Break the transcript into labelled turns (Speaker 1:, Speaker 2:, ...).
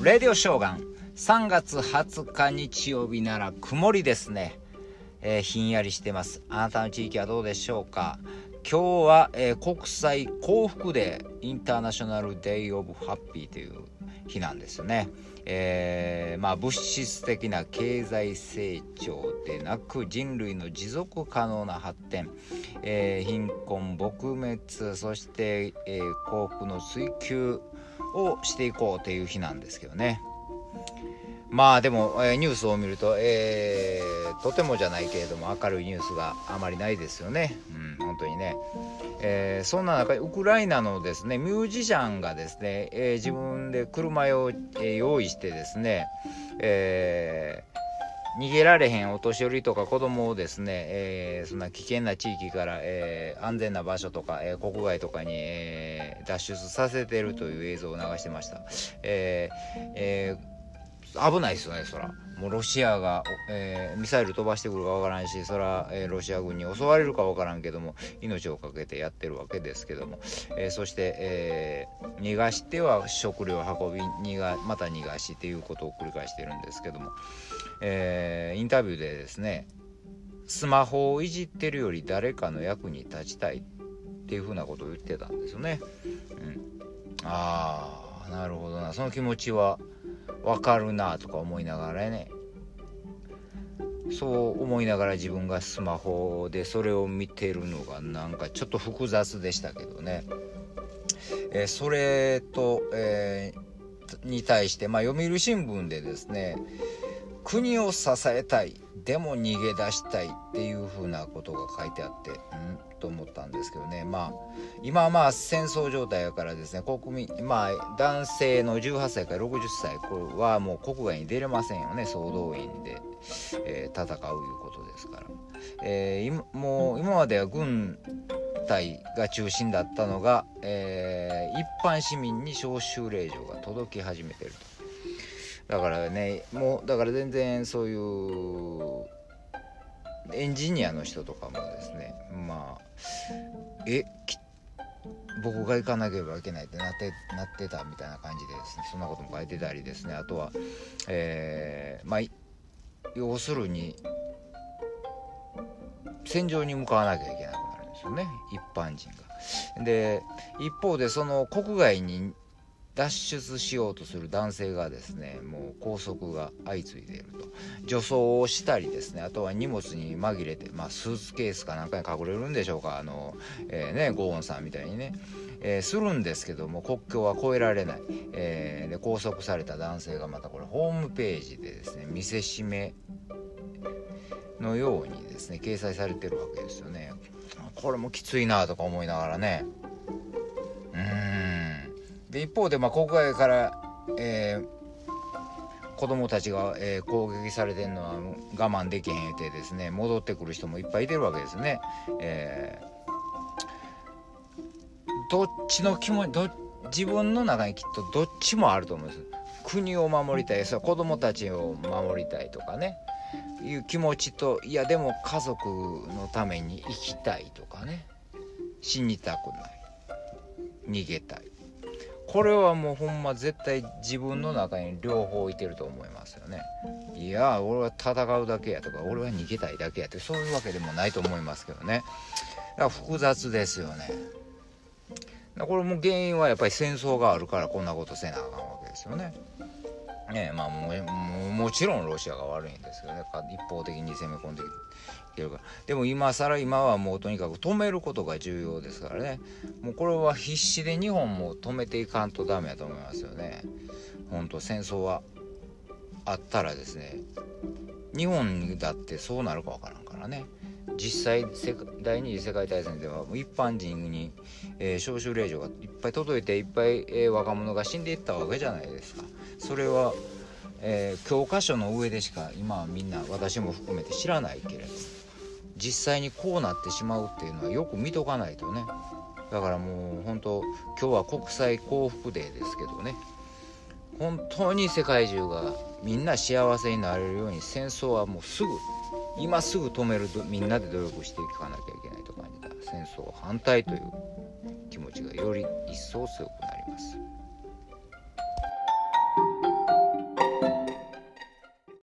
Speaker 1: レディオショーガン3月20日日曜日なら曇りですね。ひんやりしてます。あなたの地域はどうでしょうか。今日は、国際幸福デー、インターナショナルデイオブハッピーという日なんですよね。物質的な経済成長でなく人類の持続可能な発展、貧困撲滅、そして、幸福の追求をしていこうという日なんですけどね。でも、ニュースを見ると、とてもじゃないけれども明るいニュースがあまりないですよね。本当にね。そんな中ウクライナのですねミュージシャンがですね、自分で車を、用意してですね、逃げられへんお年寄りとか子供をですね、そんな危険な地域から、安全な場所とか、国外とかに、脱出させているという映像を流してました。危ないですよね。そらもうロシアが、ミサイル飛ばしてくるかわからんし、そら、ロシア軍に襲われるかわからんけども命をかけてやってるわけですけども、そして、逃がしては食料を運びまた逃がしっていうことを繰り返してるんですけども、インタビューでですね、スマホをいじってるより誰かの役に立ちたいっていうふうなことを言ってたんですよね。なるほどな、その気持ちはわかるなとか思いながらね、そう思いながら自分がスマホでそれを見てるのがなんかちょっと複雑でしたけどね。それと、に対して、読売新聞でですね、国を支えたいでも逃げ出したいっていう風なことが書いてあってと思ったんですけどね。今は戦争状態やからですね、国民男性の18歳から60歳これはもう国外に出れませんよね。総動員で、戦ういうことですから、今までは軍隊が中心だったのが、一般市民に招集令状が届き始めていると。だからね、もうだから全然そういうエンジニアの人とかもですね、僕が行かなければいけないってなってたみたいな感じでですね、そんなことも書いてたりですね。あとは、要するに戦場に向かわなきゃいけなくなるんですよね、一般人が。で一方でその国外に脱出しようとする男性がですね、もう拘束が相次いでいると。女装をしたりですね、あとは荷物に紛れて、スーツケースかなんかに隠れるんでしょうか、ゴーンさんみたいにね、するんですけども国境は越えられない、で拘束された男性がまたこれホームページでですね見せしめのようにですね掲載されてるわけですよね。これもきついなとか思いながらね。で一方で国外から、子供たちが、攻撃されてるのは我慢できへんってですね戻ってくる人もいっぱいいてるわけですね。どっちの気持ち自分の中にきっとどっちもあると思うんです。国を守りたい、子供たちを守りたいとかねいう気持ちと、いやでも家族のために生きたいとかね、死にたくない逃げたい、これはもうほんま絶対自分の中に両方いてると思いますよね。いや俺は戦うだけやとか俺は逃げたいだけやってそういうわけでもないと思いますけどね。だから複雑ですよね。これも原因はやっぱり戦争があるからこんなことせなあかんわけですよね。もちろんロシアが悪いんですけどね、一方的に攻め込んできてるから。でも今はもうとにかく止めることが重要ですからね。もうこれは必死で日本も止めていかんとダメだと思いますよね。本当戦争はあったらですね、日本だってそうなるかわからんからね。実際第二次世界大戦では一般人に、招集令状がいっぱい届いていっぱい、若者が死んでいったわけじゃないですか。それは、教科書の上でしか今はみんな私も含めて知らないけれど実際にこうなってしまうっていうのはよく見とかないとね。だからもう本当今日は国際幸福デーですけどね、本当に世界中がみんな幸せになれるように戦争はもう今すぐ止めるとみんなで努力していかなきゃいけないと感じた戦争反対という気持ちがより一層強くなります。